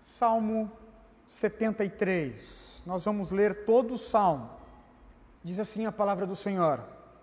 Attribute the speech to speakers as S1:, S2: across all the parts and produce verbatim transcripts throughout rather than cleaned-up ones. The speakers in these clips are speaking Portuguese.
S1: Salmo setenta e três. Nós vamos ler todo o Salmo. Diz assim a palavra do Senhor: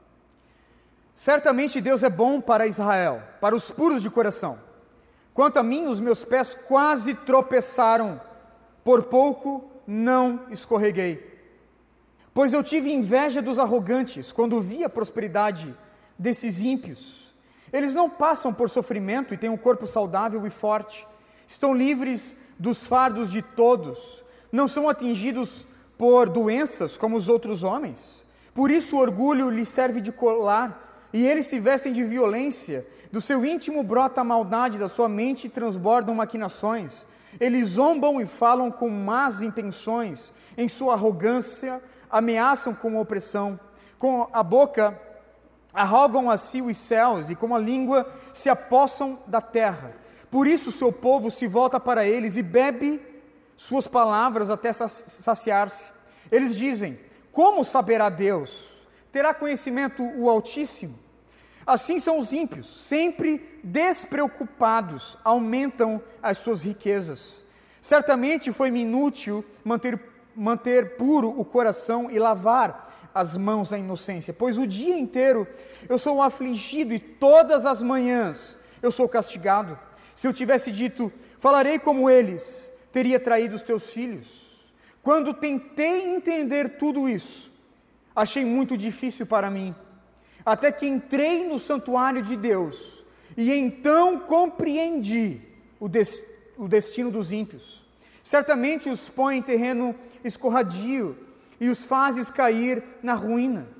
S1: certamente Deus é bom para Israel, para os puros de coração. Quanto a mim, os meus pés quase tropeçaram, por pouco não escorreguei. Pois eu tive inveja dos arrogantes, quando vi a prosperidade desses ímpios. Eles não passam por sofrimento e têm um corpo saudável e forte. Estão livres dos fardos de todos. Não são atingidos por doenças como os outros homens. Por isso o orgulho lhes serve de colar, e eles se vestem de violência. Do seu íntimo brota a maldade, da sua mente transbordam maquinações. Eles zombam e falam com más intenções. Em sua arrogância ameaçam com opressão. Com a boca arrogam a si os céus, e com a língua se apossam da terra. Por isso seu povo se volta para eles e bebe suas palavras até saciar-se. Eles dizem: como saberá Deus? Terá conhecimento o Altíssimo? Assim são os ímpios, sempre despreocupados, aumentam as suas riquezas. Certamente foi-me inútil manter, manter puro o coração e lavar as mãos da inocência, pois o dia inteiro eu sou afligido e todas as manhãs eu sou castigado. Se eu tivesse dito, falarei como eles, teria traído os teus filhos. Quando tentei entender tudo isso, achei muito difícil para mim, até que entrei no santuário de Deus, e então compreendi o, des, o destino dos ímpios. Certamente os põe em terreno escorradio, e os fazes cair na ruína.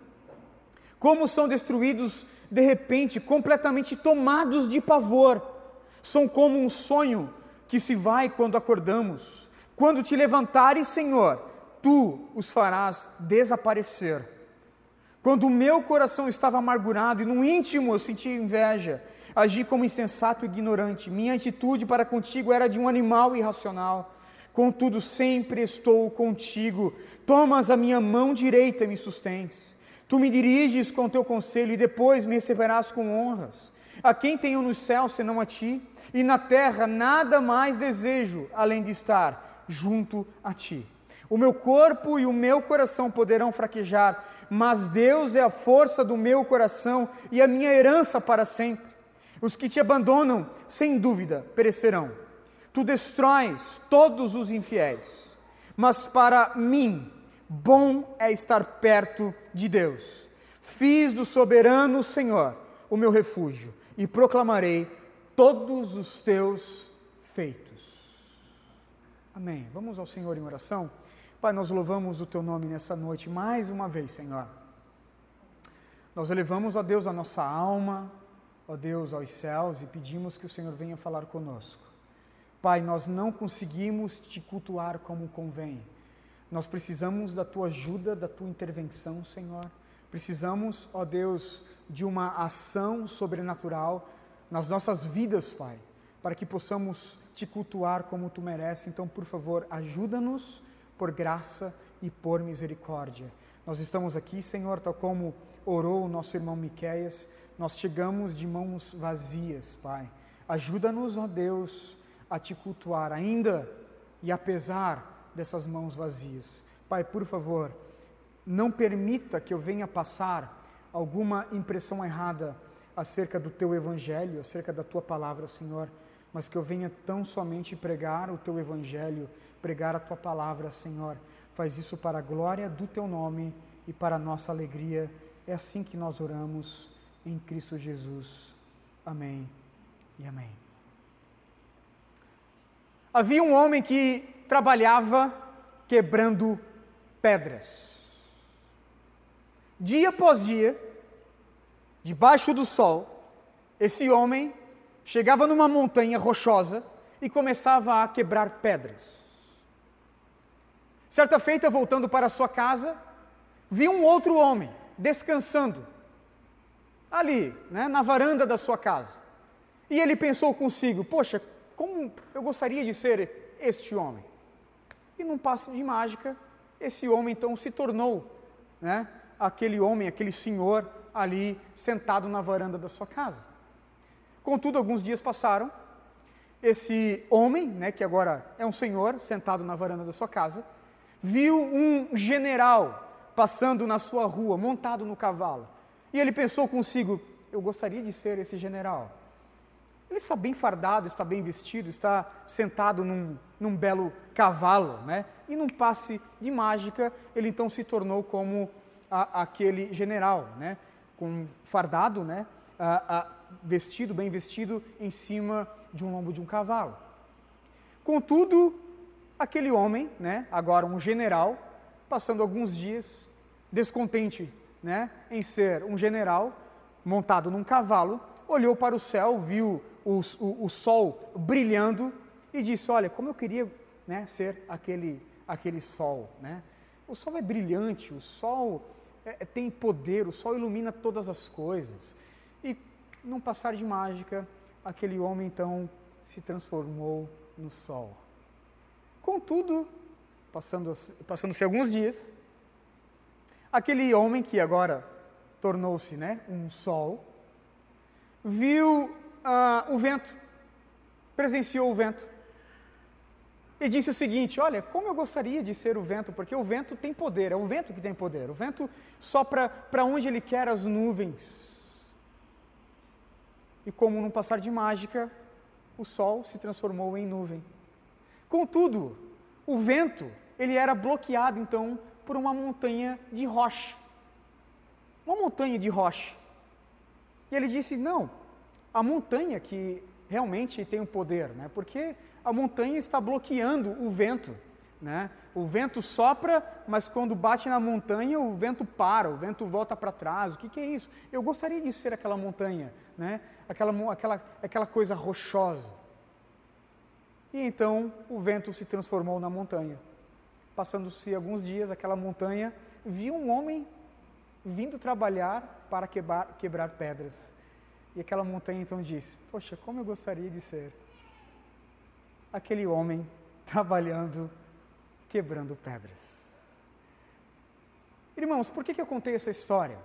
S1: Como são destruídos de repente, completamente tomados de pavor. São como um sonho que se vai quando acordamos. Quando te levantares, Senhor, Tu os farás desaparecer. Quando o meu coração estava amargurado e no íntimo eu sentia inveja, agi como insensato e ignorante. Minha atitude para contigo era de um animal irracional. Contudo, sempre estou contigo. Tomas a minha mão direita e me sustens. Tu me diriges com teu conselho e depois me receberás com honras. A quem tenho nos céus senão a ti? E na terra nada mais desejo além de estar junto a ti. O meu corpo e o meu coração poderão fraquejar, mas Deus é a força do meu coração e a minha herança para sempre. Os que te abandonam, sem dúvida, perecerão. Tu destróis todos os infiéis, mas para mim, bom é estar perto de Deus. Fiz do soberano Senhor o meu refúgio e proclamarei todos os teus feitos. Amém. Vamos ao Senhor em oração. Pai, nós louvamos o Teu nome nessa noite mais uma vez, Senhor. Nós elevamos, ó Deus, a nossa alma, ó Deus, aos céus e pedimos que o Senhor venha falar conosco. Pai, nós não conseguimos Te cultuar como convém. Nós precisamos da Tua ajuda, da Tua intervenção, Senhor. Precisamos, ó Deus, de uma ação sobrenatural nas nossas vidas, Pai, para que possamos Te cultuar como Tu mereces. Então, por favor, ajuda-nos por graça e por misericórdia. Nós estamos aqui, Senhor, tal como orou o nosso irmão Miqueias, nós chegamos de mãos vazias, Pai. Ajuda-nos, ó Deus, a Te cultuar, ainda e apesar dessas mãos vazias. Pai, por favor, não permita que eu venha passar alguma impressão errada acerca do Teu Evangelho, acerca da Tua palavra, Senhor, mas que eu venha tão somente pregar o Teu Evangelho, pregar a Tua palavra, Senhor. Faz isso para a glória do Teu nome e para a nossa alegria. É assim que nós oramos, em Cristo Jesus. Amém e amém. Havia um homem que trabalhava quebrando pedras. Dia após dia, debaixo do sol, esse homem chegava numa montanha rochosa e começava a quebrar pedras. Certa feita, voltando para sua casa, viu um outro homem descansando ali, né, na varanda da sua casa. E ele pensou consigo: poxa, como eu gostaria de ser este homem. E num passe de mágica, esse homem então se tornou, né, aquele homem, aquele senhor ali sentado na varanda da sua casa. Contudo, alguns dias passaram esse homem, né, que agora é um senhor, sentado na varanda da sua casa, viu um general passando na sua rua, montado no cavalo. E ele pensou consigo, eu gostaria de ser esse general. Ele está bem fardado, está bem vestido, está sentado num, num belo cavalo, né? E num passe de mágica, ele então se tornou como a, aquele general, né? Com fardado, né? A, a, vestido, bem vestido, em cima de um lombo de um cavalo. Contudo, aquele homem, né? Agora um general, passando alguns dias, descontente, né? Em ser um general, montado num cavalo, olhou para o céu, viu o, o, o sol brilhando e disse, olha, como eu queria, né, ser aquele, aquele sol, né? O sol é brilhante, o sol é, tem poder, o sol ilumina todas as coisas. E num passar de mágica, aquele homem então se transformou no sol. Contudo, passando, passando-se alguns dias, aquele homem que agora tornou-se, né, um sol, viu uh, o vento, presenciou o vento e disse o seguinte, olha, como eu gostaria de ser o vento, porque o vento tem poder, é o vento que tem poder, o vento sopra para onde ele quer as nuvens. E como num passar de mágica, o sol se transformou em nuvem. Contudo, o vento, ele era bloqueado então por uma montanha de rocha. Uma montanha de rocha. E ele disse, não, a montanha que realmente tem o poder, né? Porque a montanha está bloqueando o vento, né? O vento sopra, mas quando bate na montanha, o vento para, o vento volta para trás. O que, que é isso? Eu gostaria de ser aquela montanha, né? Aquela, aquela, aquela coisa rochosa. E então o vento se transformou na montanha. Passando-se alguns dias, aquela montanha viu um homem vindo trabalhar para quebrar, quebrar pedras. E aquela montanha então disse, poxa, como eu gostaria de ser aquele homem trabalhando, quebrando pedras. Irmãos, por que, que eu contei essa história?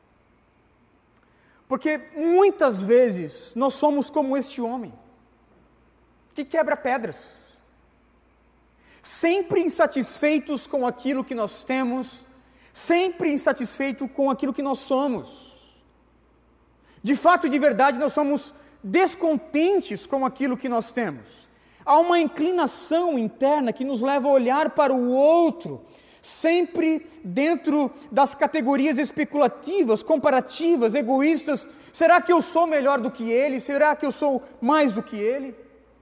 S1: Porque muitas vezes nós somos como este homem, que quebra pedras, sempre insatisfeitos com aquilo que nós temos, sempre insatisfeito com aquilo que nós somos. De fato e de verdade, nós somos descontentes com aquilo que nós temos. Há uma inclinação interna que nos leva a olhar para o outro, sempre dentro das categorias especulativas, comparativas, egoístas. Será que eu sou melhor do que ele? Será que eu sou mais do que ele?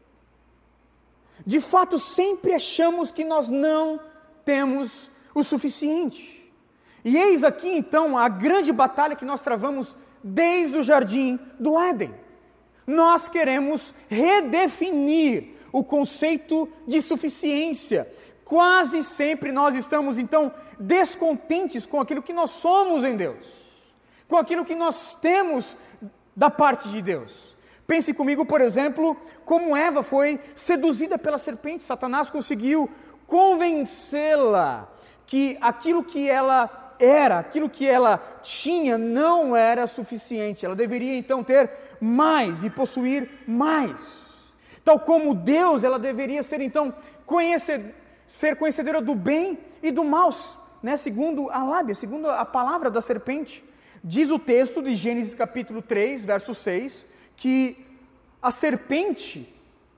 S1: De fato, sempre achamos que nós não temos o suficiente. E eis aqui então a grande batalha que nós travamos desde o jardim do Éden. Nós queremos redefinir o conceito de suficiência. Quase sempre nós estamos então descontentes com aquilo que nós somos em Deus, com aquilo que nós temos da parte de Deus. Pense comigo, por exemplo, como Eva foi seduzida pela serpente. Satanás conseguiu convencê-la que aquilo que ela era, aquilo que ela tinha não era suficiente. Ela deveria então ter mais e possuir mais. Tal como Deus, ela deveria ser então conhecer, ser conhecedora do bem e do mal, né? Segundo a lábia, segundo a palavra da serpente. Diz o texto de Gênesis capítulo três, verso seis, que a serpente,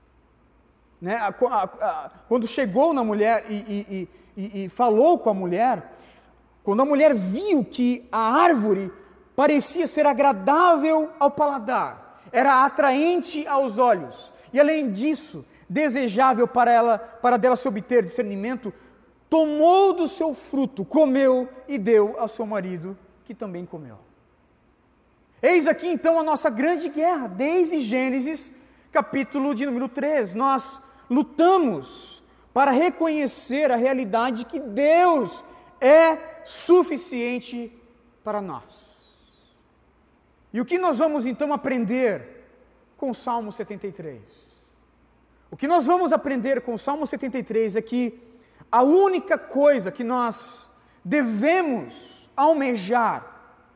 S1: né, a, a, a, quando chegou na mulher e, e, e, e falou com a mulher, quando a mulher viu que a árvore parecia ser agradável ao paladar, era atraente aos olhos, e além disso, desejável para ela, para dela se obter discernimento, tomou do seu fruto, comeu e deu ao seu marido, que também comeu. Eis aqui então a nossa grande guerra, desde Gênesis, capítulo de número três, nós lutamos para reconhecer a realidade que Deus é suficiente para nós. E o que nós vamos então aprender com o Salmo setenta e três? O que nós vamos aprender com o Salmo setenta e três é que a única coisa que nós devemos almejar,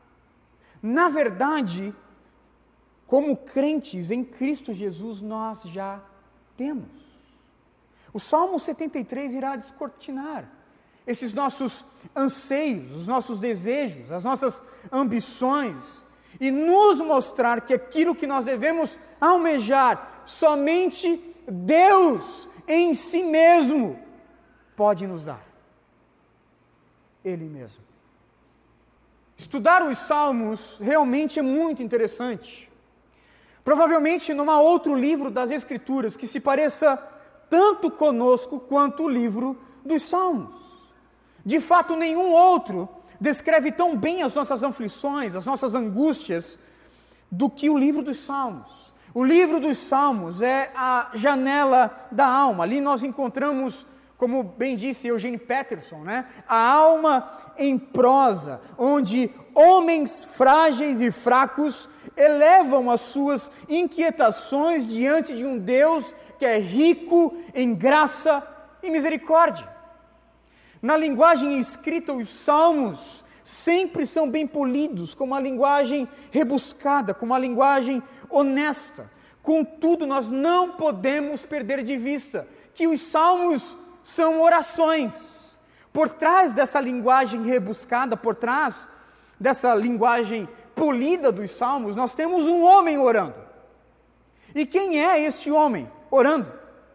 S1: na verdade, como crentes em Cristo Jesus, nós já temos. O Salmo setenta e três irá descortinar esses nossos anseios, os nossos desejos, as nossas ambições, e nos mostrar que aquilo que nós devemos almejar, somente Deus em si mesmo pode nos dar. Ele mesmo. Estudar os Salmos realmente é muito interessante. Provavelmente não há outro livro das Escrituras que se pareça tanto conosco quanto o livro dos Salmos. De fato, nenhum outro descreve tão bem as nossas aflições, as nossas angústias, do que o livro dos Salmos. O livro dos Salmos é a janela da alma. Ali nós encontramos, como bem disse Eugene Peterson, né? A alma em prosa, onde homens frágeis e fracos elevam as suas inquietações diante de um Deus que é rico em graça e misericórdia. Na linguagem escrita, os salmos sempre são bem polidos, com uma linguagem rebuscada, com uma linguagem honesta. Contudo, nós não podemos perder de vista que os salmos são orações. Por trás dessa linguagem rebuscada, por trás dessa linguagem polida dos salmos, nós temos um homem orando. E quem é este homem orando?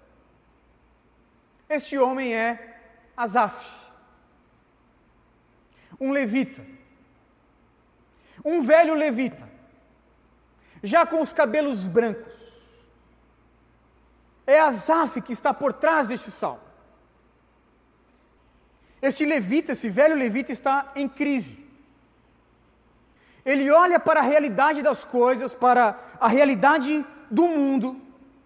S1: Este homem é Asaf, um levita, um velho levita, já com os cabelos brancos. É Asaf que está por trás deste salmo. Este levita, esse velho levita, está em crise. Ele olha para a realidade das coisas, para a realidade do mundo,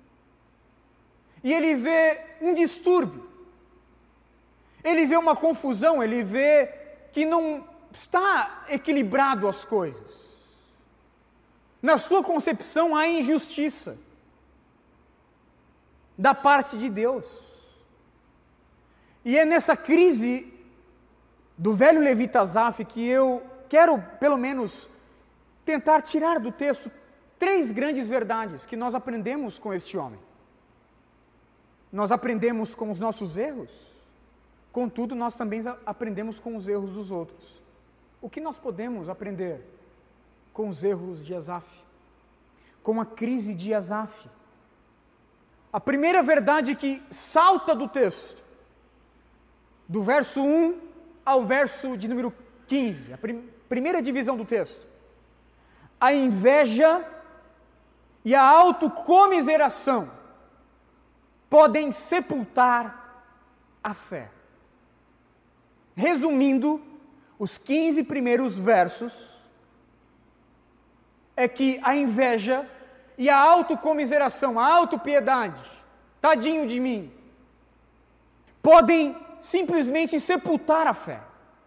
S1: e ele vê um distúrbio. Ele vê uma confusão, ele vê que não está equilibrado as coisas. Na sua concepção há injustiça da parte de Deus. E é nessa crise do velho levita Asaf que eu quero, pelo menos, tentar tirar do texto três grandes verdades que nós aprendemos com este homem. Nós aprendemos com os nossos erros, contudo, nós também aprendemos com os erros dos outros. O que nós podemos aprender com os erros de Asaf? Com a crise de Asaf? A primeira verdade que salta do texto, do verso um ao verso de número quinze, a prim- primeira divisão do texto. A inveja e a autocomiseração podem sepultar a fé. Resumindo, os quinze primeiros versos é que a inveja e a autocomiseração, a autopiedade, tadinho de mim, podem simplesmente sepultar a fé.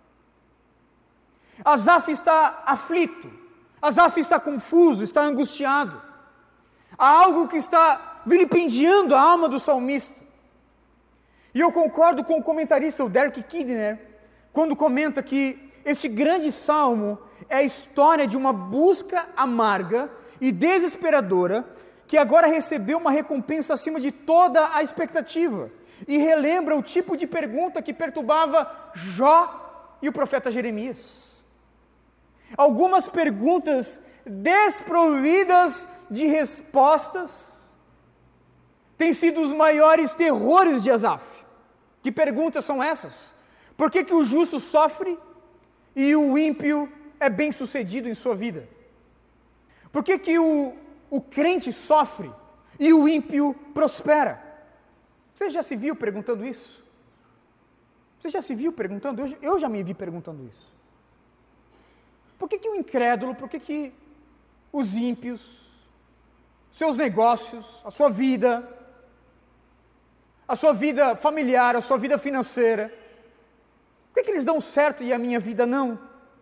S1: Asaf está aflito, Asaf está confuso, está angustiado. Há algo que está vilipendiando a alma do salmista. E eu concordo com o comentarista, o Derek Kidner, quando comenta que este grande salmo é a história de uma busca amarga e desesperadora, que agora recebeu uma recompensa acima de toda a expectativa, e relembra o tipo de pergunta que perturbava Jó e o profeta Jeremias. Algumas perguntas desprovidas de respostas têm sido os maiores terrores de Asaf. Que perguntas são essas? Por que que o justo sofre e o ímpio é bem sucedido em sua vida? Por que que o, o crente sofre e o ímpio prospera? Você já se viu perguntando isso? Você já se viu perguntando? Eu, eu já me vi perguntando isso. Por que que o incrédulo, por que que os ímpios, seus negócios, a sua vida, a sua vida familiar, a sua vida financeira, por que que eles dão certo e a minha vida não?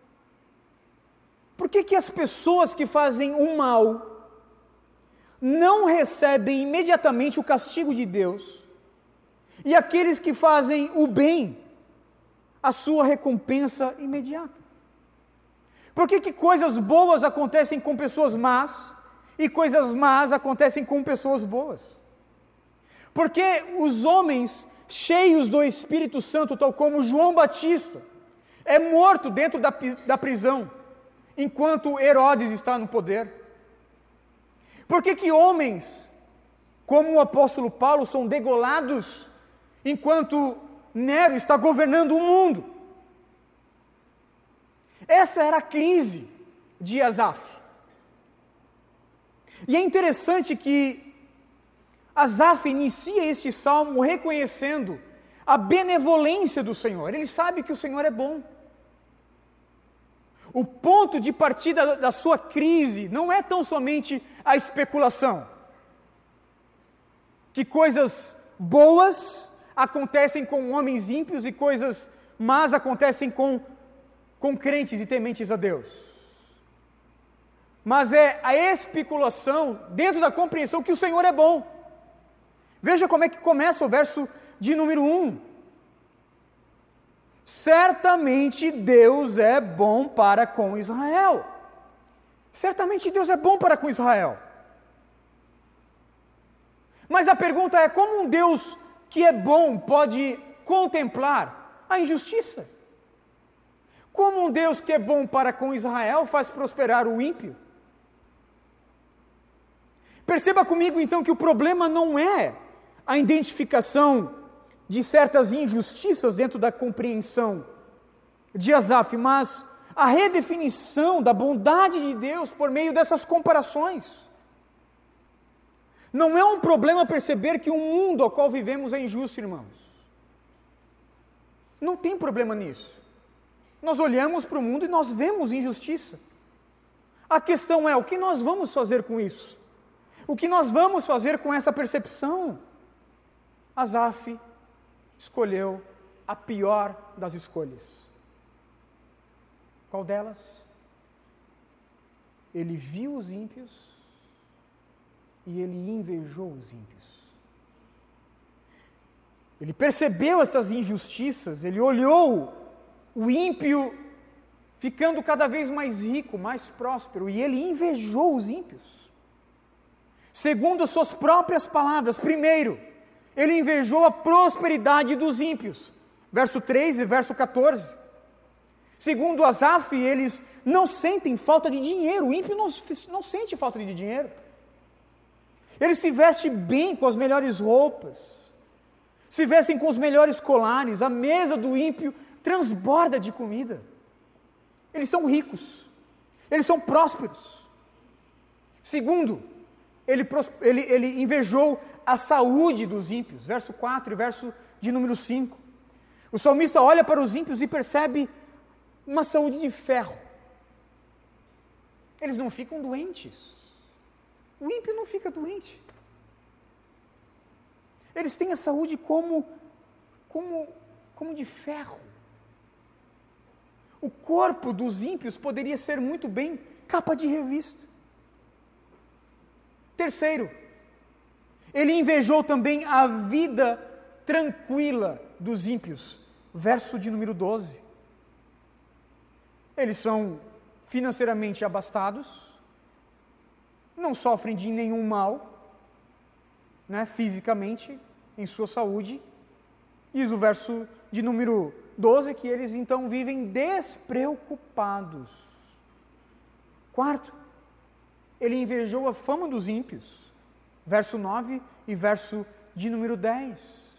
S1: Por que que as pessoas que fazem o mal não recebem imediatamente o castigo de Deus, e aqueles que fazem o bem, a sua recompensa imediata? Por que que coisas boas acontecem com pessoas más, e coisas más acontecem com pessoas boas? Porque os homens cheios do Espírito Santo, tal como João Batista, é morto dentro da, da prisão, enquanto Herodes está no poder? Por que que homens, como o apóstolo Paulo, são degolados, enquanto Nero está governando o mundo? Essa era a crise de Asaf. E é interessante que Asaf inicia este salmo reconhecendo a benevolência do Senhor. Ele sabe que o Senhor é bom. O ponto de partida da sua crise não é tão somente a especulação, que coisas boas acontecem com homens ímpios e coisas más acontecem com, com crentes e tementes a Deus. Mas é a especulação dentro da compreensão que o Senhor é bom. Veja como é que começa o verso de número um. Certamente Deus é bom para com Israel. Certamente Deus é bom para com Israel. Mas a pergunta é: como um Deus que é bom pode contemplar a injustiça? Como um Deus que é bom para com Israel faz prosperar o ímpio? Perceba comigo então que o problema não é a identificação de certas injustiças dentro da compreensão de Asaf, mas a redefinição da bondade de Deus por meio dessas comparações. Não é um problema perceber que o mundo ao qual vivemos é injusto, irmãos. Não tem problema nisso. Nós olhamos para o mundo e nós vemos injustiça. A questão é: o que nós vamos fazer com isso? O que nós vamos fazer com essa percepção? Asaf escolheu a pior das escolhas. Qual delas? Ele viu os ímpios e ele invejou os ímpios. Ele percebeu essas injustiças, ele olhou o ímpio ficando cada vez mais rico, mais próspero, e ele invejou os ímpios. Segundo as suas próprias palavras, primeiro, ele invejou a prosperidade dos ímpios, verso três e verso quatorze. Segundo Asaf, eles não sentem falta de dinheiro, o ímpio não, não sente falta de dinheiro. Ele se veste bem com as melhores roupas, se vestem com os melhores colares, a mesa do ímpio transborda de comida. Eles são ricos, eles são prósperos. Segundo, ele, ele, ele invejou a saúde dos ímpios, verso quatro e verso de número cinco. O salmista olha para os ímpios e percebe uma saúde de ferro. Eles não ficam doentes. O ímpio não fica doente. Eles têm a saúde como, como, como de ferro. O corpo dos ímpios poderia ser muito bem capa de revista. Terceiro, ele invejou também a vida tranquila dos ímpios, verso de número doze. Eles são financeiramente abastados, não sofrem de nenhum mal, né, fisicamente, em sua saúde. Diz o verso de número doze que eles então vivem despreocupados. Quarto, ele invejou a fama dos ímpios, verso nove e verso de número dez.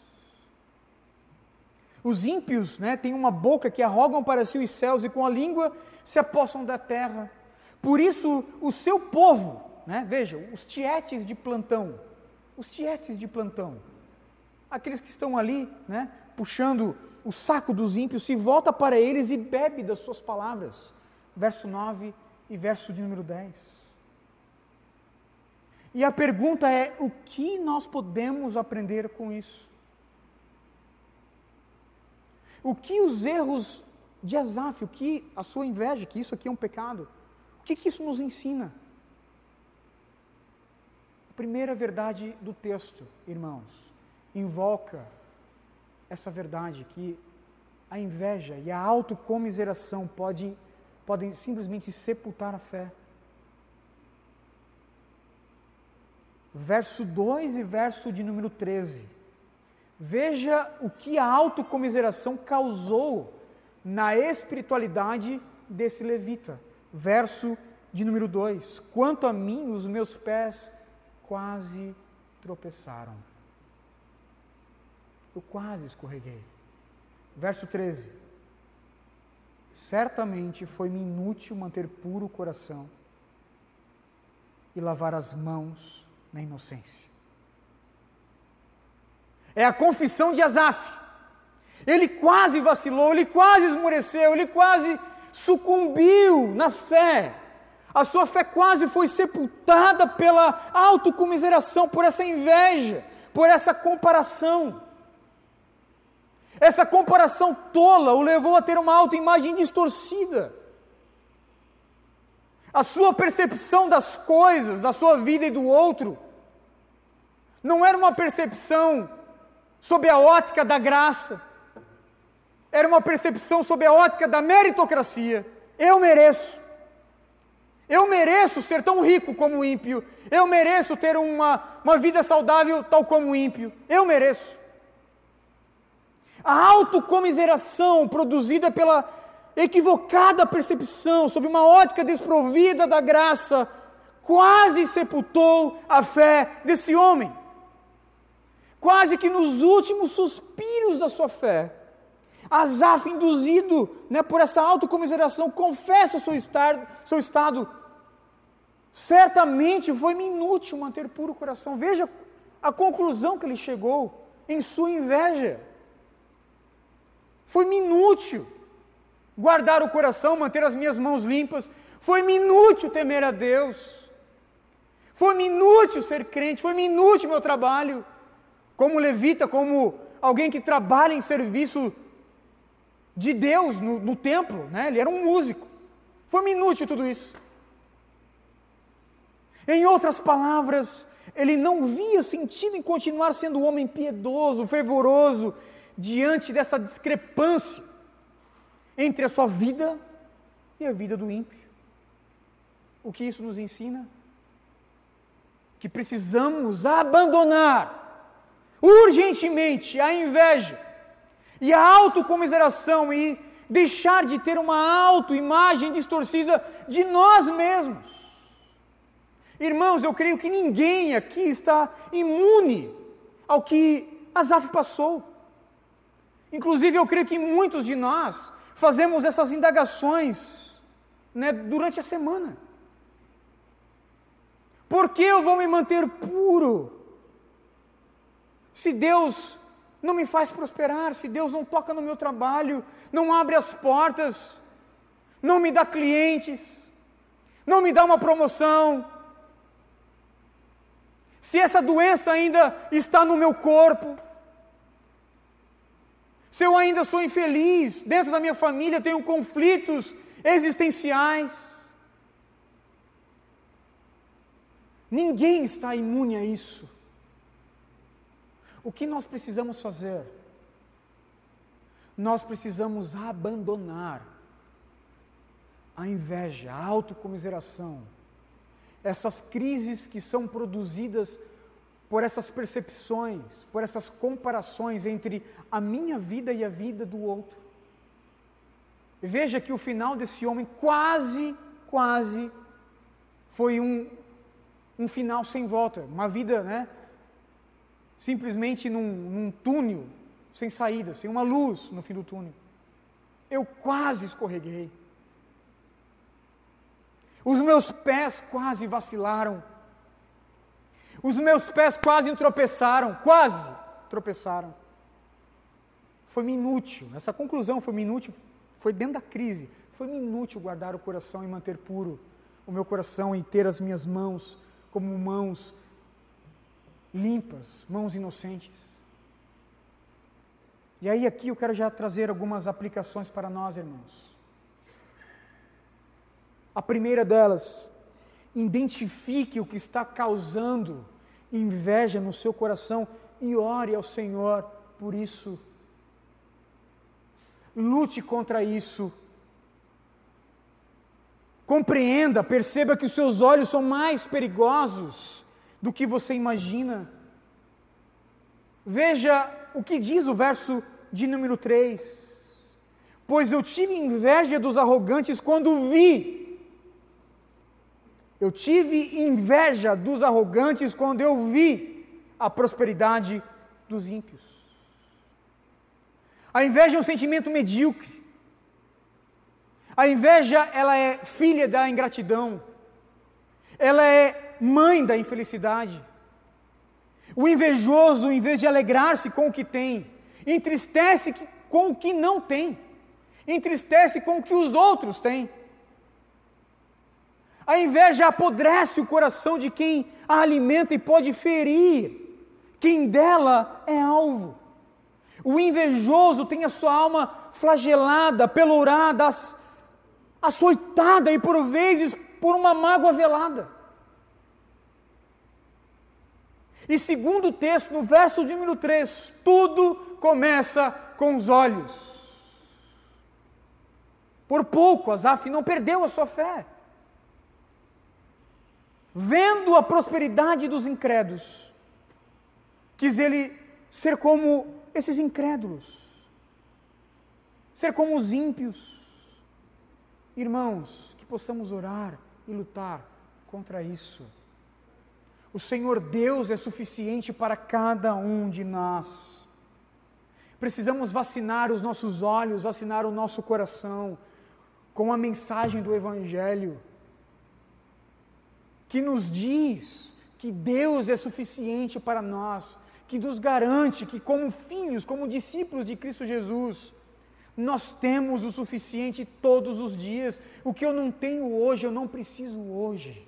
S1: Os ímpios, né, têm uma boca que arrogam para si os céus e com a língua se apossam da terra. Por isso, o seu povo, né, veja, os tietes de plantão, os tietes de plantão, aqueles que estão ali, né, puxando o saco dos ímpios, se volta para eles e bebe das suas palavras. Verso nove e verso de número dez. E a pergunta é: o que nós podemos aprender com isso? O que os erros de Asaf, o que a sua inveja, que isso aqui é um pecado, o que, que isso nos ensina? A primeira verdade do texto, irmãos, invoca essa verdade que a inveja e a autocomiseração podem, podem simplesmente sepultar a fé. verso dois e verso de número treze. Veja o que a autocomiseração causou na espiritualidade desse levita. Verso de número dois. Quanto a mim, os meus pés quase tropeçaram. Eu quase escorreguei. Verso treze. Certamente foi-me inútil manter puro o coração e lavar as mãos na inocência. É a confissão de Asaf. Ele quase vacilou, ele quase esmoreceu, ele quase sucumbiu na fé. A sua fé quase foi sepultada pela autocomiseração, por essa inveja, por essa comparação. Essa comparação tola o levou a ter uma autoimagem distorcida. A sua percepção das coisas, da sua vida e do outro, não era uma percepção sob a ótica da graça, era uma percepção sob a ótica da meritocracia. Eu mereço. Eu mereço ser tão rico como o ímpio. Eu mereço ter uma, uma vida saudável tal como o ímpio. Eu mereço. A autocomiseração produzida pela equivocada percepção, sob uma ótica desprovida da graça, quase sepultou a fé desse homem. Quase que nos últimos suspiros da sua fé, Asaf, induzido né, por essa autocomiseração, confessa seu estado, seu estado. Certamente foi-me inútil manter puro o coração. Veja a conclusão que ele chegou em sua inveja. Foi-me inútil guardar o coração, manter as minhas mãos limpas. Foi-me inútil temer a Deus. Foi-me inútil ser crente. Foi-me inútil meu trabalho como levita, como alguém que trabalha em serviço de Deus no, no templo, né? Ele era um músico. Foi-me inútil tudo isso. Em outras palavras, ele não via sentido em continuar sendo um homem piedoso, fervoroso, diante dessa discrepância entre a sua vida e a vida do ímpio. O que isso nos ensina? Que precisamos abandonar urgentemente a inveja e a autocomiseração e deixar de ter uma autoimagem distorcida de nós mesmos. Irmãos, eu creio que ninguém aqui está imune ao que Asaf passou. Inclusive, eu creio que muitos de nós fazemos essas indagações né, durante a semana. Por que eu vou me manter puro? Se Deus não me faz prosperar, se Deus não toca no meu trabalho, não abre as portas, não me dá clientes, não me dá uma promoção, se essa doença ainda está no meu corpo, se eu ainda sou infeliz, dentro da minha família tenho conflitos existenciais, ninguém está imune a isso. O que nós precisamos fazer? Nós precisamos abandonar a inveja, a autocomiseração, essas crises que são produzidas por essas percepções, por essas comparações entre a minha vida e a vida do outro. Veja que o final desse homem quase, quase foi um, um final sem volta, uma vida, né? Simplesmente num, num túnel, sem saída, sem uma luz no fim do túnel. Eu quase escorreguei. Os meus pés quase vacilaram. Os meus pés quase tropeçaram, quase tropeçaram. Foi-me inútil, essa conclusão foi-me inútil, foi dentro da crise. Foi-me inútil guardar o coração e manter puro o meu coração e ter as minhas mãos como mãos limpas, mãos inocentes. E aí aqui eu quero já trazer algumas aplicações para nós, irmãos. A primeira delas, identifique o que está causando inveja no seu coração e ore ao Senhor por isso. Lute contra isso. Compreenda, perceba que os seus olhos são mais perigosos do que você imagina. Veja o que diz o verso de número três. Pois eu tive inveja dos arrogantes quando vi. Eu tive inveja dos arrogantes quando eu vi a prosperidade dos ímpios. A inveja é um sentimento medíocre. A inveja, ela é filha da ingratidão. Ela é mãe da infelicidade. O invejoso, em vez de alegrar-se com o que tem, entristece com o que não tem. Entristece com o que os outros têm. A inveja apodrece o coração de quem a alimenta e pode ferir quem dela é alvo. O invejoso tem a sua alma flagelada, pelourada, açoitada e por vezes por uma mágoa velada. E segundo o texto, no verso de número três, tudo começa com os olhos. Por pouco, Asaf não perdeu a sua fé. Vendo a prosperidade dos incrédulos, quis ele ser como esses incrédulos, ser como os ímpios. Irmãos, que possamos orar e lutar contra isso. O Senhor Deus é suficiente para cada um de nós. Precisamos vacinar os nossos olhos, vacinar o nosso coração com a mensagem do Evangelho, que nos diz que Deus é suficiente para nós, que nos garante que como filhos, como discípulos de Cristo Jesus, nós temos o suficiente todos os dias. O que eu não tenho hoje, eu não preciso hoje.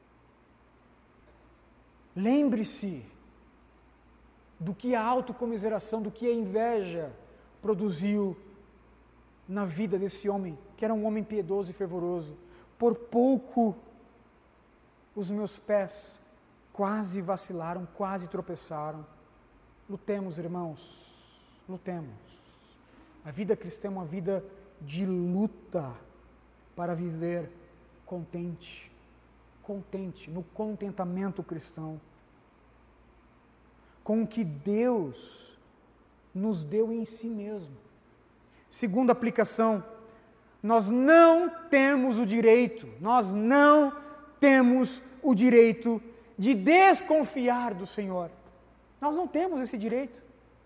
S1: Lembre-se do que a autocomiseração, do que a inveja produziu na vida desse homem, que era um homem piedoso e fervoroso. Por pouco, os meus pés quase vacilaram, quase tropeçaram. Lutemos, irmãos, lutemos. A vida cristã é uma vida de luta para viver contente, contente, no contentamento cristão, com o que Deus nos deu em si mesmo. Segunda aplicação, nós não temos o direito, nós não temos o direito de desconfiar do Senhor. Nós não temos esse direito.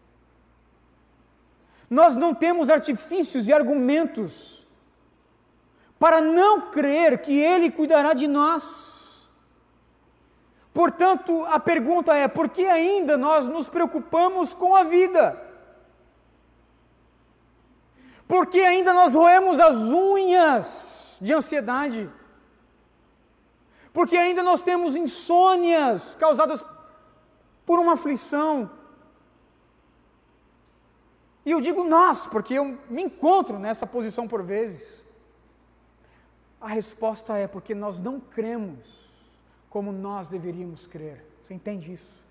S1: Nós não temos artifícios e argumentos para não crer que Ele cuidará de nós. Portanto, a pergunta é, por que ainda nós nos preocupamos com a vida? Por que ainda nós roemos as unhas de ansiedade? Porque ainda nós temos insônias causadas por uma aflição. E eu digo nós, porque eu me encontro nessa posição por vezes. A resposta é porque nós não cremos como nós deveríamos crer. Você entende isso?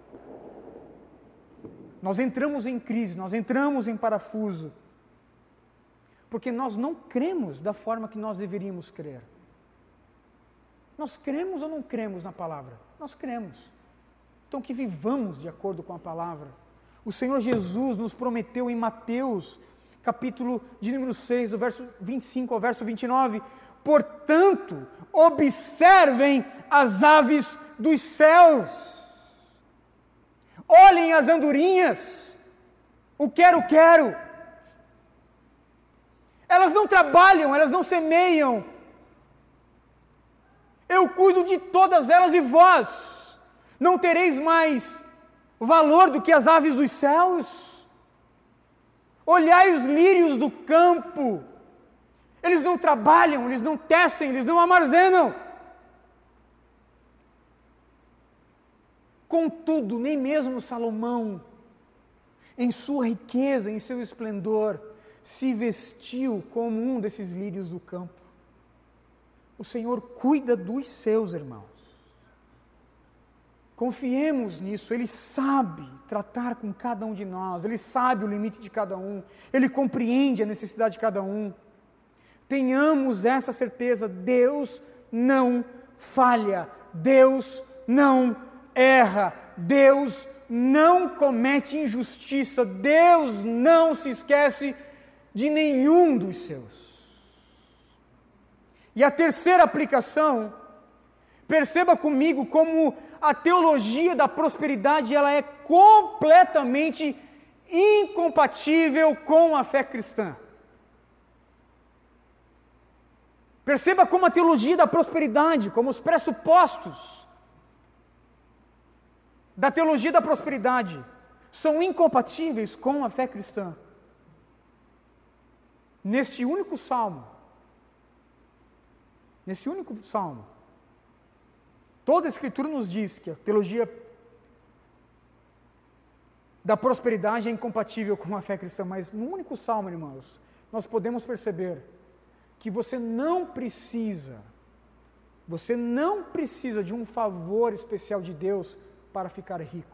S1: Nós entramos em crise, nós entramos em parafuso, porque nós não cremos da forma que nós deveríamos crer. Nós cremos ou não cremos na palavra? Nós cremos. Então que vivamos de acordo com a palavra. O Senhor Jesus nos prometeu em Mateus, capítulo de número seis, do verso vinte e cinco ao verso vinte e nove, portanto, observem as aves dos céus, olhem as andorinhas, o quero, quero, elas não trabalham, elas não semeiam, eu cuido de todas elas e vós não tereis mais valor do que as aves dos céus? Olhai os lírios do campo, eles não trabalham, eles não tecem, eles não armazenam. Contudo, nem mesmo Salomão, em sua riqueza, em seu esplendor, se vestiu como um desses lírios do campo. O Senhor cuida dos seus, irmãos. Confiemos nisso, Ele sabe tratar com cada um de nós, Ele sabe o limite de cada um, Ele compreende a necessidade de cada um. Tenhamos essa certeza, Deus não falha, Deus não erra, Deus não comete injustiça, Deus não se esquece de nenhum dos seus. E a terceira aplicação, perceba comigo como a teologia da prosperidade ela é completamente incompatível com a fé cristã. Perceba como a teologia da prosperidade, como os pressupostos da teologia da prosperidade são incompatíveis com a fé cristã. Nesse único salmo, nesse único salmo, toda a Escritura nos diz que a teologia da prosperidade é incompatível com a fé cristã, mas no único salmo, irmãos, nós podemos perceber que você não precisa, você não precisa de um favor especial de Deus para ficar rico.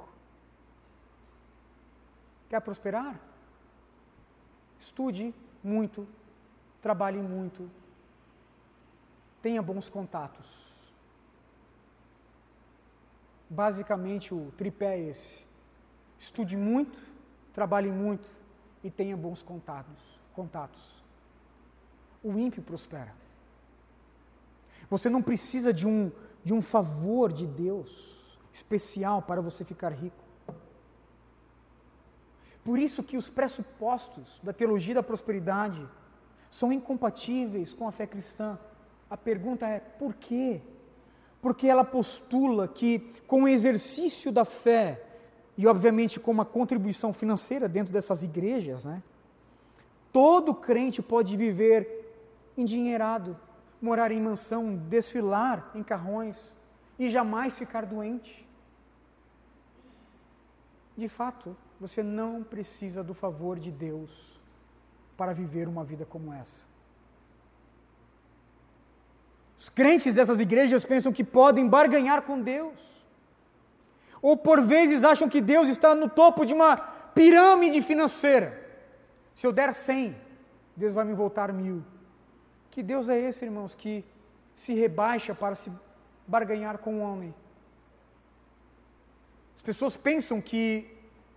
S1: Quer prosperar? Estude muito, trabalhe muito, tenha bons contatos. Basicamente o tripé é esse. Estude muito, trabalhe muito e tenha bons contatos. contatos. O ímpio prospera. Você não precisa de um, de um favor de Deus especial para você ficar rico. Por isso que os pressupostos da teologia da prosperidade são incompatíveis com a fé cristã. A pergunta é, por quê? Porque ela postula que com o exercício da fé, e obviamente com uma contribuição financeira dentro dessas igrejas, né, todo crente pode viver endinheirado, morar em mansão, desfilar em carrões e jamais ficar doente. De fato, você não precisa do favor de Deus para viver uma vida como essa. Os crentes dessas igrejas pensam que podem barganhar com Deus, ou por vezes acham que Deus está no topo de uma pirâmide financeira. Se eu der cem, Deus vai me voltar mil. Que Deus é esse, irmãos, que se rebaixa para se barganhar com o homem? As pessoas pensam que,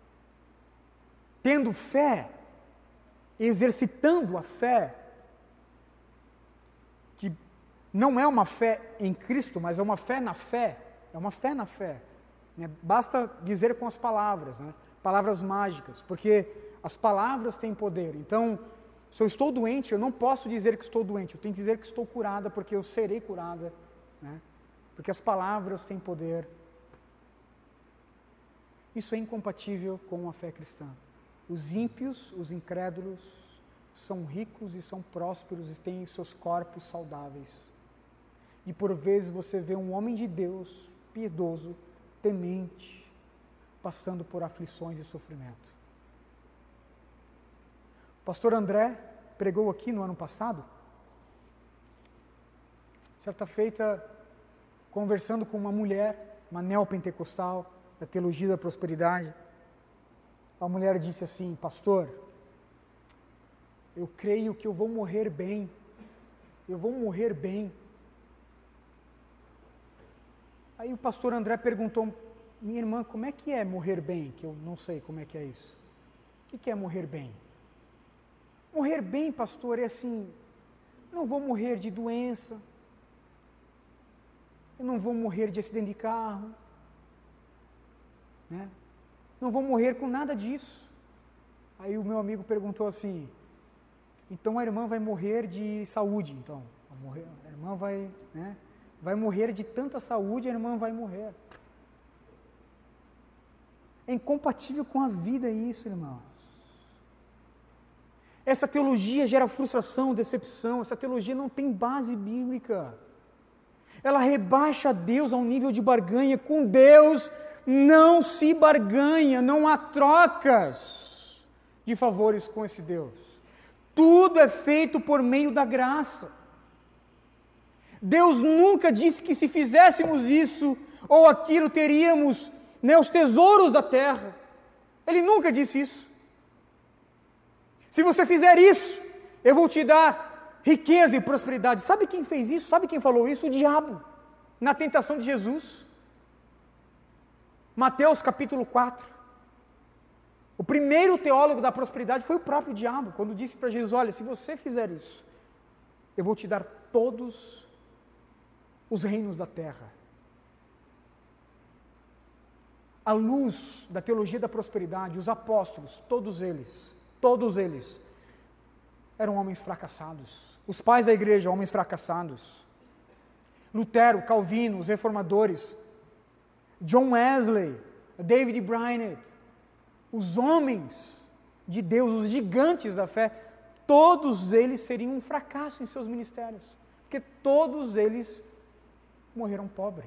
S1: tendo fé, exercitando a fé, que não é uma fé em Cristo, mas é uma fé na fé, é uma fé na fé. Né? Basta dizer com as palavras, né? Palavras mágicas, porque as palavras têm poder. Então, se eu estou doente, eu não posso dizer que estou doente, eu tenho que dizer que estou curada, porque eu serei curada, né? Porque as palavras têm poder. Isso é incompatível com a fé cristã. Os ímpios, os incrédulos, são ricos e são prósperos e têm seus corpos saudáveis. E por vezes você vê um homem de Deus, piedoso, temente, passando por aflições e sofrimento. O pastor André pregou aqui no ano passado, certa feita, conversando com uma mulher, uma neopentecostal, da teologia da prosperidade. A mulher disse assim: pastor, eu creio que eu vou morrer bem, eu vou morrer bem. Aí o pastor André perguntou: minha irmã, como é que é morrer bem? Que eu não sei como é que é isso. O que é morrer bem? Morrer bem, pastor, é assim, não vou morrer de doença, eu não vou morrer de acidente de carro, né? Não vou morrer com nada disso. Aí o meu amigo perguntou assim: então a irmã vai morrer de saúde, então, a irmã vai, né, vai morrer de tanta saúde, a irmã vai morrer. É incompatível com a vida isso, irmãos. Essa teologia gera frustração, decepção, essa teologia não tem base bíblica. Ela rebaixa Deus ao nível de barganha. Com Deus não se barganha, não há trocas de favores com esse Deus. Tudo é feito por meio da graça. Deus nunca disse que se fizéssemos isso ou aquilo teríamos, né, os tesouros da terra. Ele nunca disse isso. Se você fizer isso, eu vou te dar riqueza e prosperidade. Sabe quem fez isso? Sabe quem falou isso? O diabo, na tentação de Jesus. Mateus capítulo quatro. O primeiro teólogo da prosperidade foi o próprio diabo, quando disse para Jesus: olha, se você fizer isso, eu vou te dar todos os reinos da terra. À luz da teologia da prosperidade, os apóstolos, todos eles, todos eles, eram homens fracassados. Os pais da igreja, homens fracassados. Lutero, Calvino, os reformadores, John Wesley, David Brainerd, os homens de Deus, os gigantes da fé, todos eles seriam um fracasso em seus ministérios, porque todos eles morreram pobres.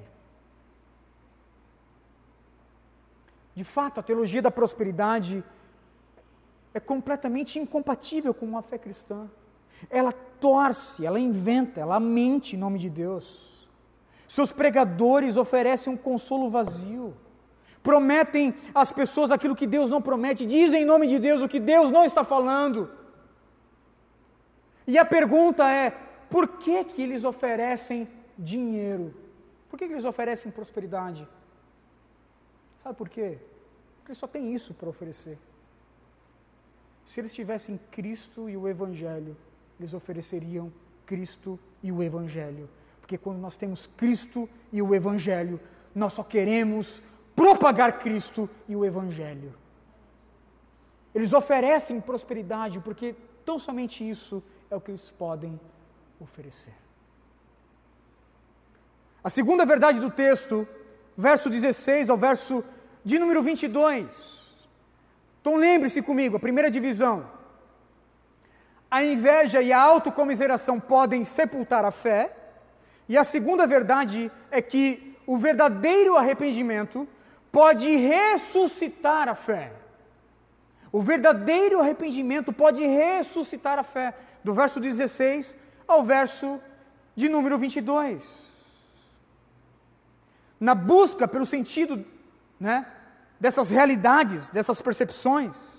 S1: De fato, a teologia da prosperidade é completamente incompatível com uma fé cristã. Ela torce, ela inventa, ela mente em nome de Deus. Seus pregadores oferecem um consolo vazio, prometem às pessoas aquilo que Deus não promete, dizem em nome de Deus o que Deus não está falando. E a pergunta é, por que que eles oferecem dinheiro? Por que que eles oferecem prosperidade? Sabe por quê? Porque eles só têm isso para oferecer. Se eles tivessem Cristo e o Evangelho, eles ofereceriam Cristo e o Evangelho. Porque quando nós temos Cristo e o Evangelho, nós só queremos propagar Cristo e o Evangelho. Eles oferecem prosperidade porque tão somente isso é o que eles podem oferecer. A segunda verdade do texto, verso dezesseis ao verso de número vinte e dois. Então lembre-se comigo, a primeira divisão. A inveja e a autocomiseração podem sepultar a fé. E a segunda verdade é que o verdadeiro arrependimento pode ressuscitar a fé. O verdadeiro arrependimento pode ressuscitar a fé. Do verso dezesseis ao verso de número vinte e dois. Na busca pelo sentido, né, dessas realidades, dessas percepções,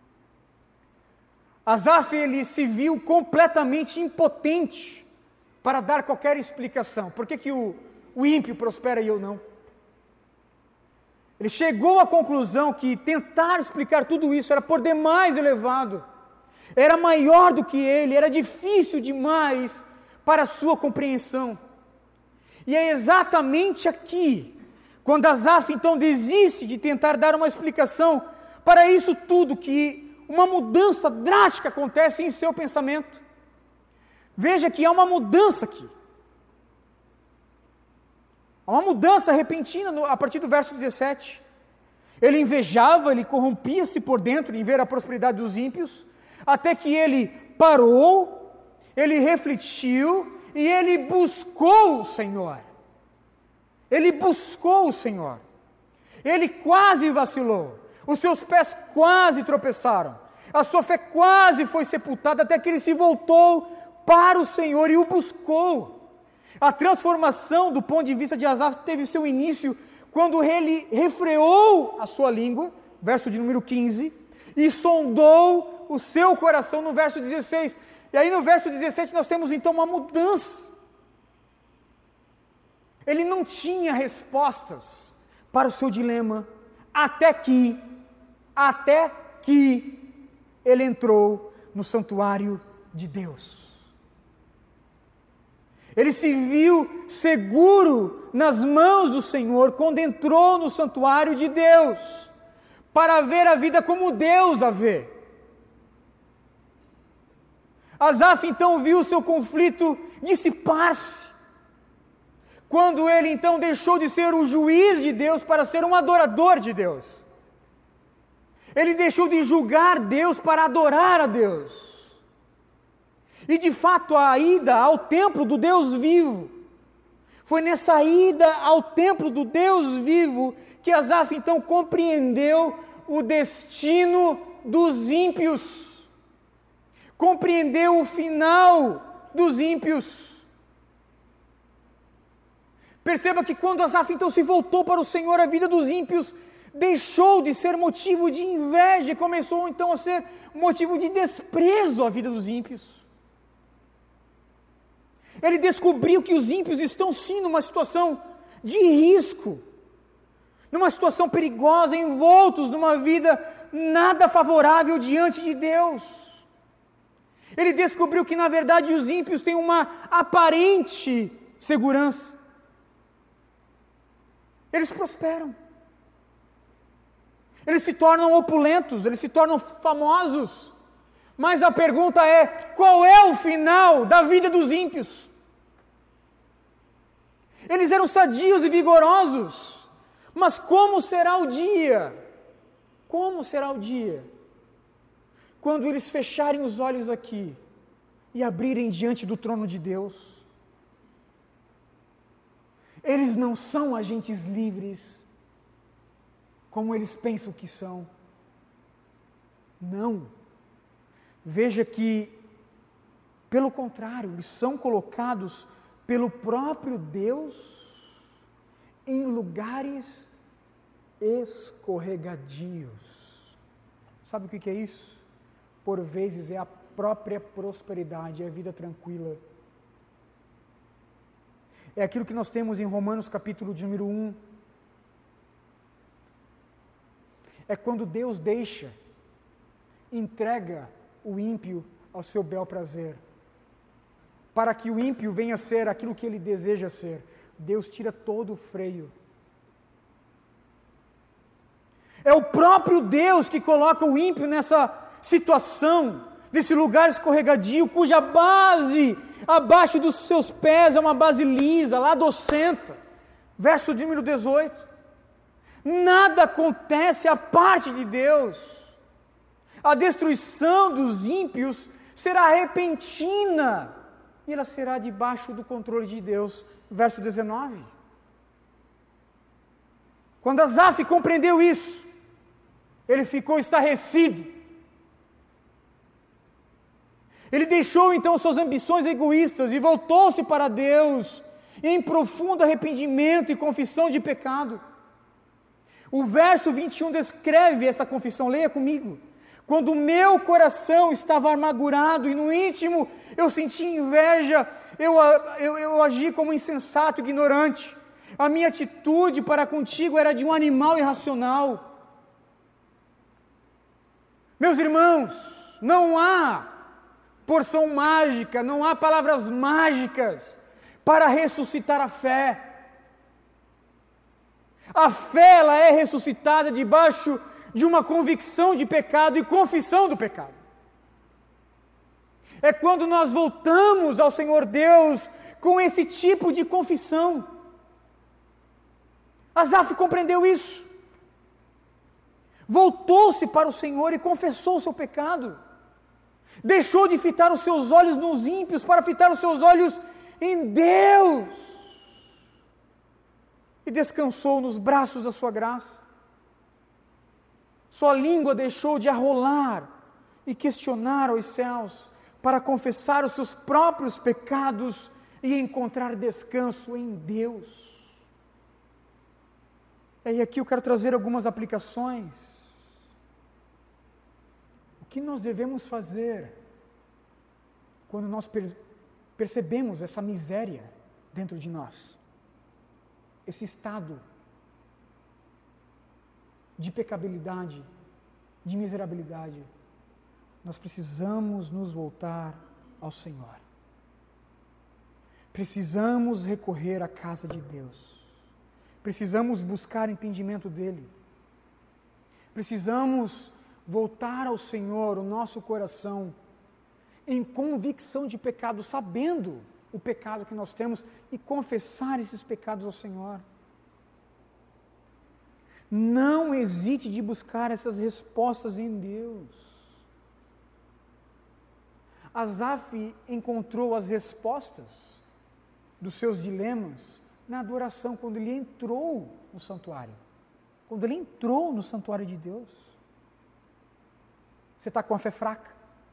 S1: Asaf, ele se viu completamente impotente para dar qualquer explicação. Por que que o, o ímpio prospera e eu não? Ele chegou à conclusão que tentar explicar tudo isso era por demais elevado, era maior do que ele, era difícil demais para a sua compreensão. E é exatamente aqui, quando Asaf então desiste de tentar dar uma explicação para isso tudo, que uma mudança drástica acontece em seu pensamento. Veja que há uma mudança aqui. Há uma mudança repentina no, a partir do verso dezessete. Ele invejava, ele corrompia-se por dentro em ver a prosperidade dos ímpios, até que ele parou, ele refletiu e ele buscou o Senhor. Ele buscou o Senhor. Ele quase vacilou. Os seus pés quase tropeçaram. A sua fé quase foi sepultada até que ele se voltou para o Senhor e o buscou. A transformação do ponto de vista de Asaf teve seu início quando ele refreou a sua língua, verso de número quinze, e sondou o seu coração no verso dezesseis. E aí no verso dezessete nós temos então uma mudança. Ele não tinha respostas para o seu dilema, até que, até que ele entrou no santuário de Deus. Ele se viu seguro nas mãos do Senhor quando entrou no santuário de Deus, para ver a vida como Deus a vê. Asaf então viu o seu conflito dissipar-se, quando ele então deixou de ser o juiz de Deus para ser um adorador de Deus. Ele deixou de julgar Deus para adorar a Deus. E de fato a ida ao templo do Deus vivo, foi nessa ida ao templo do Deus vivo que Asaf então compreendeu o destino dos ímpios, compreendeu o final dos ímpios. Perceba que quando Asaf então se voltou para o Senhor, a vida dos ímpios deixou de ser motivo de inveja e começou então a ser motivo de desprezo à vida dos ímpios. Ele descobriu que os ímpios estão sim numa situação de risco, numa situação perigosa, envoltos numa vida nada favorável diante de Deus. Ele descobriu que, na verdade, os ímpios têm uma aparente segurança. Eles prosperam. Eles se tornam opulentos, eles se tornam famosos. Mas a pergunta é: qual é o final da vida dos ímpios? Eles eram sadios e vigorosos, mas como será o dia? Como será o dia? Quando eles fecharem os olhos aqui e abrirem diante do trono de Deus. Eles não são agentes livres, como eles pensam que são. Não. Veja que, pelo contrário, eles são colocados pelo próprio Deus em lugares escorregadios. Sabe o que é isso? Por vezes é a própria prosperidade, é a vida tranquila. É aquilo que nós temos em Romanos capítulo de número um. É quando Deus deixa, entrega o ímpio ao seu bel prazer, para que o ímpio venha a ser aquilo que ele deseja ser. Deus tira todo o freio. É o próprio Deus que coloca o ímpio nessa situação, nesse lugar escorregadio, cuja base abaixo dos seus pés é uma base lisa, ladocenta. Verso de número dezoito. Nada acontece à parte de Deus. A destruição dos ímpios será repentina e ela será debaixo do controle de Deus. Verso dezenove. Quando Asaf compreendeu isso, ele ficou estarrecido. Ele deixou então suas ambições egoístas e voltou-se para Deus em profundo arrependimento e confissão de pecado. O verso vinte e um descreve essa confissão, leia comigo. Quando o meu coração estava amargurado e no íntimo eu senti inveja, eu, eu, eu agi como insensato, ignorante. A minha atitude para contigo era de um animal irracional. Meus irmãos, não há porção mágica, não há palavras mágicas para ressuscitar a fé. A fé, ela é ressuscitada debaixo de uma convicção de pecado e confissão do pecado. É quando nós voltamos ao Senhor Deus com esse tipo de confissão. Asaf compreendeu isso. Voltou-se para o Senhor e confessou o seu pecado. Deixou de fitar os seus olhos nos ímpios para fitar os seus olhos em Deus. E descansou nos braços da sua graça. Sua língua deixou de arrolar e questionar aos céus para confessar os seus próprios pecados e encontrar descanso em Deus. E aqui eu quero trazer algumas aplicações. O que nós devemos fazer quando nós percebemos essa miséria dentro de nós? Esse estado de pecabilidade, de miserabilidade. Nós precisamos nos voltar ao Senhor. Precisamos recorrer à casa de Deus. Precisamos buscar entendimento dEle. Precisamos voltar ao Senhor o nosso coração em convicção de pecado, sabendo o pecado que nós temos e confessar esses pecados ao Senhor. Não hesite de buscar essas respostas em Deus. Asaf encontrou as respostas dos seus dilemas na adoração, quando ele entrou no santuário. Quando ele entrou no santuário de Deus. Você está com a fé fraca?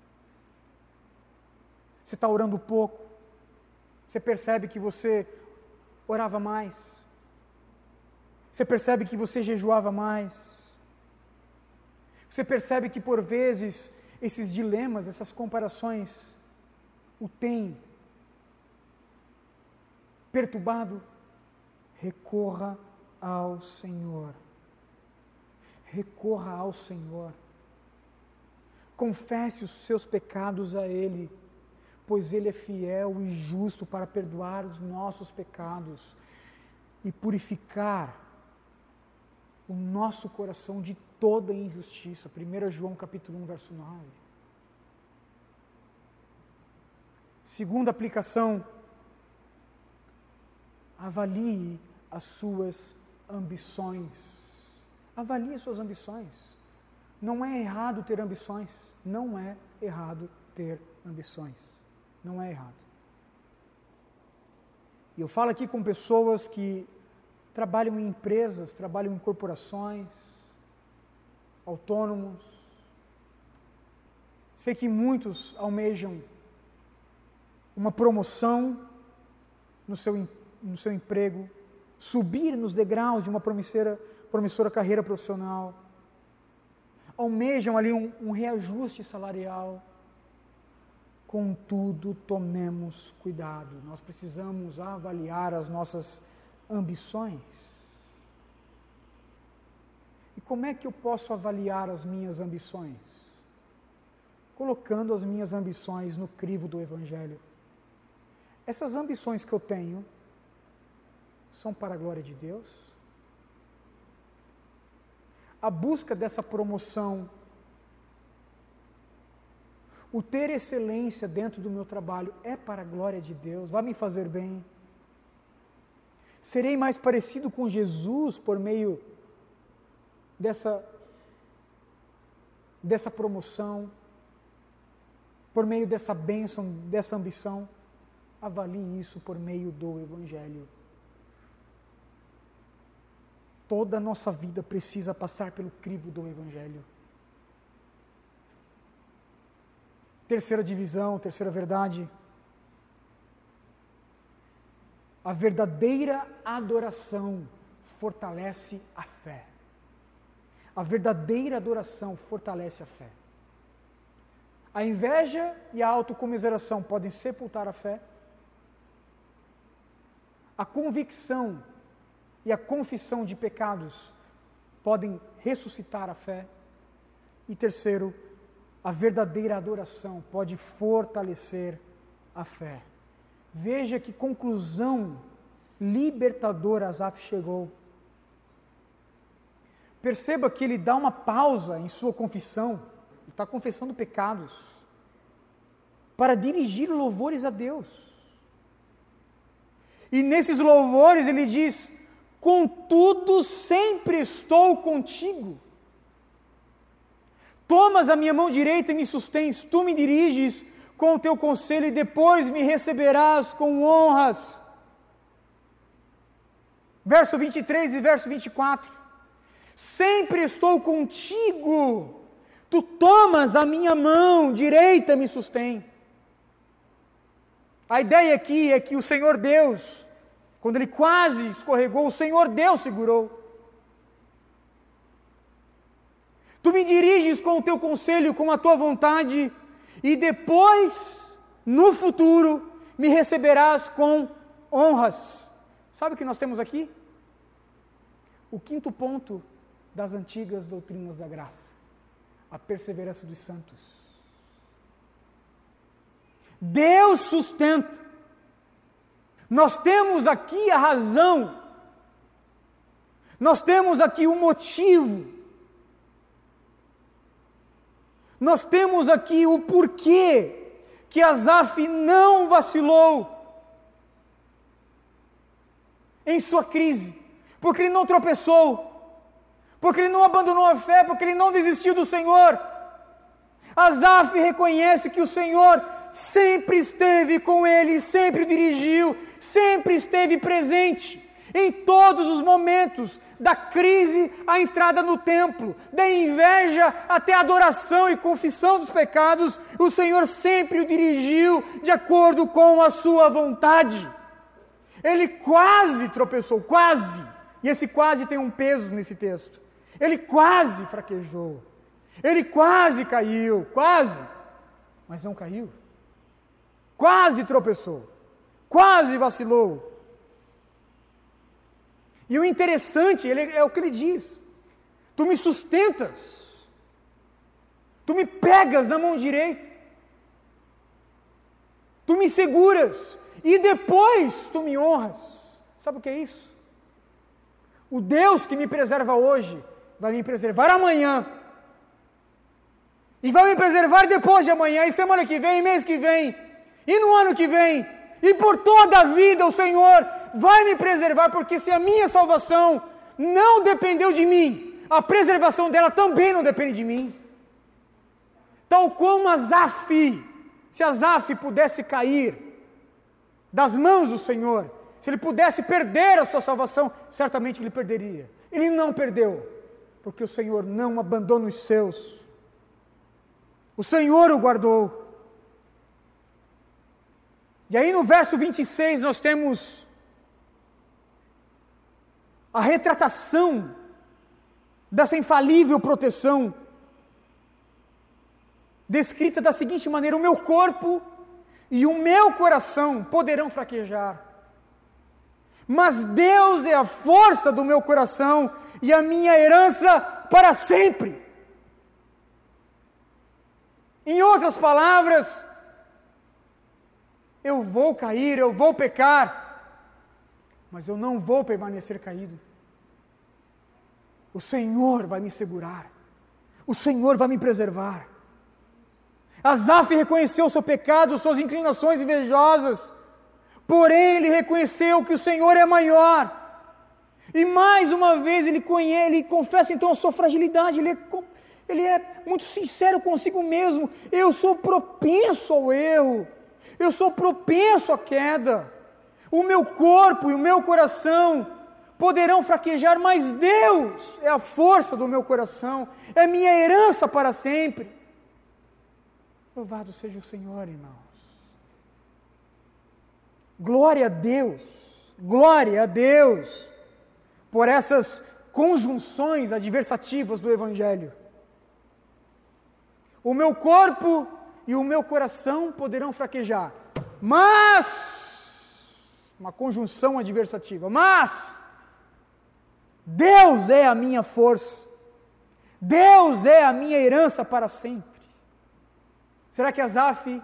S1: Você está orando pouco? Você percebe que você orava mais? Você percebe que você jejuava mais? Você percebe que por vezes esses dilemas, essas comparações o têm perturbado? Recorra ao Senhor. recorra ao Senhor. Confesse os seus pecados a Ele, pois Ele é fiel e justo para perdoar os nossos pecados e purificar o nosso coração de toda injustiça. primeiro João capítulo um, verso nove. Segunda aplicação, avalie as suas ambições. Avalie as suas ambições. Não é errado ter ambições. Não é errado ter ambições. Não é errado. E eu falo aqui com pessoas que trabalham em empresas, trabalham em corporações, autônomos. Sei que muitos almejam uma promoção no seu, no seu emprego, subir nos degraus de uma promissora, promissora carreira profissional, almejam ali um, um reajuste salarial. Contudo, tomemos cuidado, nós precisamos avaliar as nossas ambições. E como é que eu posso avaliar as minhas ambições? Colocando as minhas ambições no crivo do Evangelho. Essas ambições que eu tenho são para a glória de Deus? A busca dessa promoção, o ter excelência dentro do meu trabalho é para a glória de Deus? Vai me fazer bem? Serei mais parecido com Jesus por meio dessa, dessa promoção, por meio dessa bênção, dessa ambição? Avalie isso por meio do Evangelho. Toda a nossa vida precisa passar pelo crivo do Evangelho. Terceira divisão, terceira verdade. A verdadeira adoração fortalece a fé. A verdadeira adoração fortalece a fé. A inveja e a autocomiseração podem sepultar a fé. A convicção e a confissão de pecados podem ressuscitar a fé. E terceiro, a verdadeira adoração pode fortalecer a fé. Veja que conclusão libertadora Asaf chegou. Perceba que ele dá uma pausa em sua confissão, ele está confessando pecados, para dirigir louvores a Deus. E nesses louvores ele diz: contudo sempre estou contigo. Tomas a minha mão direita e me sustens, tu me diriges com o teu conselho e depois me receberás com honras. Verso vinte e três e verso vinte e quatro. Sempre estou contigo, tu tomas a minha mão direita e me sustém. A ideia aqui é que o Senhor Deus, quando ele quase escorregou, o Senhor Deus segurou. Tu me diriges com o teu conselho, com a tua vontade, e depois, no futuro, me receberás com honras. Sabe o que nós temos aqui? O quinto ponto das antigas doutrinas da graça: a perseverança dos santos. Deus sustenta. Nós temos aqui a razão, nós temos aqui o motivo, nós temos aqui o porquê que Asaf não vacilou em sua crise, porque ele não tropeçou, porque ele não abandonou a fé, porque ele não desistiu do Senhor. Asaf reconhece que o Senhor sempre esteve com ele, sempre o dirigiu, sempre esteve presente em todos os momentos, da crise à entrada no templo, da inveja até a adoração e confissão dos pecados. O Senhor sempre o dirigiu de acordo com a sua vontade. Ele quase tropeçou, quase, e esse quase tem um peso nesse texto. Ele quase fraquejou, ele quase caiu, quase, mas não caiu. Quase tropeçou, quase vacilou. E o interessante ele, é o que ele diz: Tu me sustentas. Tu me pegas na mão direita. Tu me seguras. E depois tu me honras. Sabe o que é isso? O Deus que me preserva hoje vai me preservar amanhã. E vai me preservar depois de amanhã, e semana que vem, e mês que vem, e no ano que vem, e por toda a vida o Senhor vai me preservar, porque se a minha salvação não dependeu de mim, a preservação dela também não depende de mim. Tal como Asaf, se Asaf pudesse cair das mãos do Senhor, se ele pudesse perder a sua salvação, certamente ele perderia. Ele não perdeu, porque o Senhor não abandona os seus. O Senhor o guardou. E aí no verso vinte e seis nós temos a retratação dessa infalível proteção, descrita da seguinte maneira: o meu corpo e o meu coração poderão fraquejar, mas Deus é a força do meu coração e a minha herança para sempre. Em outras palavras, eu vou cair, eu vou pecar, mas eu não vou permanecer caído. O Senhor vai me segurar, o Senhor vai me preservar. Asaf reconheceu o seu pecado, suas inclinações invejosas, porém ele reconheceu que o Senhor é maior. E mais uma vez ele, conhece, ele confessa então a sua fragilidade, ele é, ele é muito sincero consigo mesmo: eu sou propenso ao erro, eu sou propenso à queda, o meu corpo e o meu coração poderão fraquejar, mas Deus é a força do meu coração, é minha herança para sempre. Louvado seja o Senhor, irmãos. Glória a Deus, glória a Deus, por essas conjunções adversativas do Evangelho. O meu corpo e o meu coração poderão fraquejar, mas, uma conjunção adversativa, mas, Deus é a minha força, Deus é a minha herança para sempre. Será que Asaf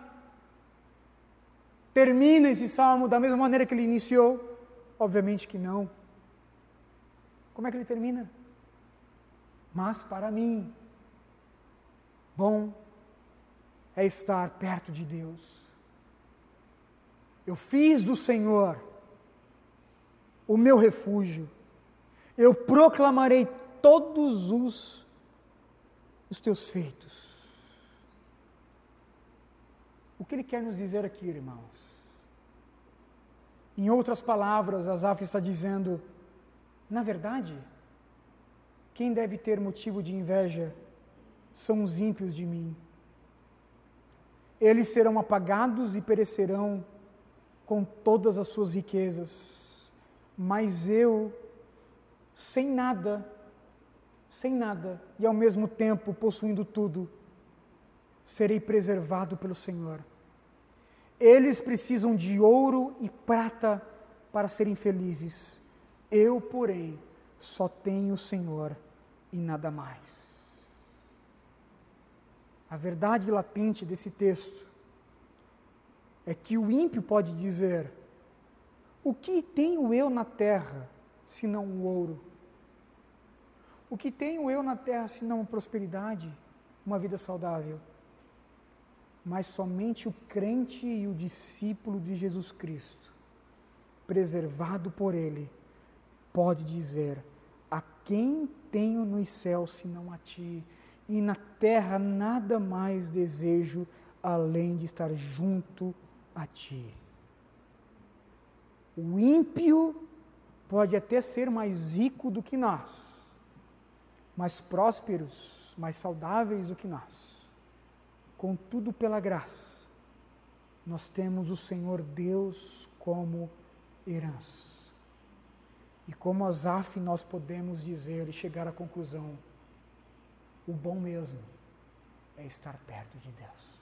S1: termina esse salmo da mesma maneira que ele iniciou? Obviamente que não. Como é que ele termina? Mas para mim, bom é estar perto de Deus. Eu fiz do Senhor o meu refúgio. Eu proclamarei todos os, os teus feitos. O que ele quer nos dizer aqui, irmãos? Em outras palavras, Asaf está dizendo: na verdade, quem deve ter motivo de inveja são os ímpios de mim. Eles serão apagados e perecerão com todas as suas riquezas, mas eu, sem nada, sem nada, e ao mesmo tempo possuindo tudo, serei preservado pelo Senhor. Eles precisam de ouro e prata para serem felizes. Eu, porém, só tenho o Senhor e nada mais. A verdade latente desse texto é que o ímpio pode dizer: o que tenho eu na terra, senão o ouro? O que tenho eu na terra, senão prosperidade, uma vida saudável? Mas somente o crente e o discípulo de Jesus Cristo, preservado por Ele, pode dizer: a quem tenho nos céus senão a Ti, e na terra nada mais desejo além de estar junto a Ti. O ímpio pode até ser mais rico do que nós, mais prósperos, mais saudáveis do que nós. Contudo, pela graça, nós temos o Senhor Deus como herança. E como Asaf, nós podemos dizer e chegar à conclusão: o bom mesmo é estar perto de Deus.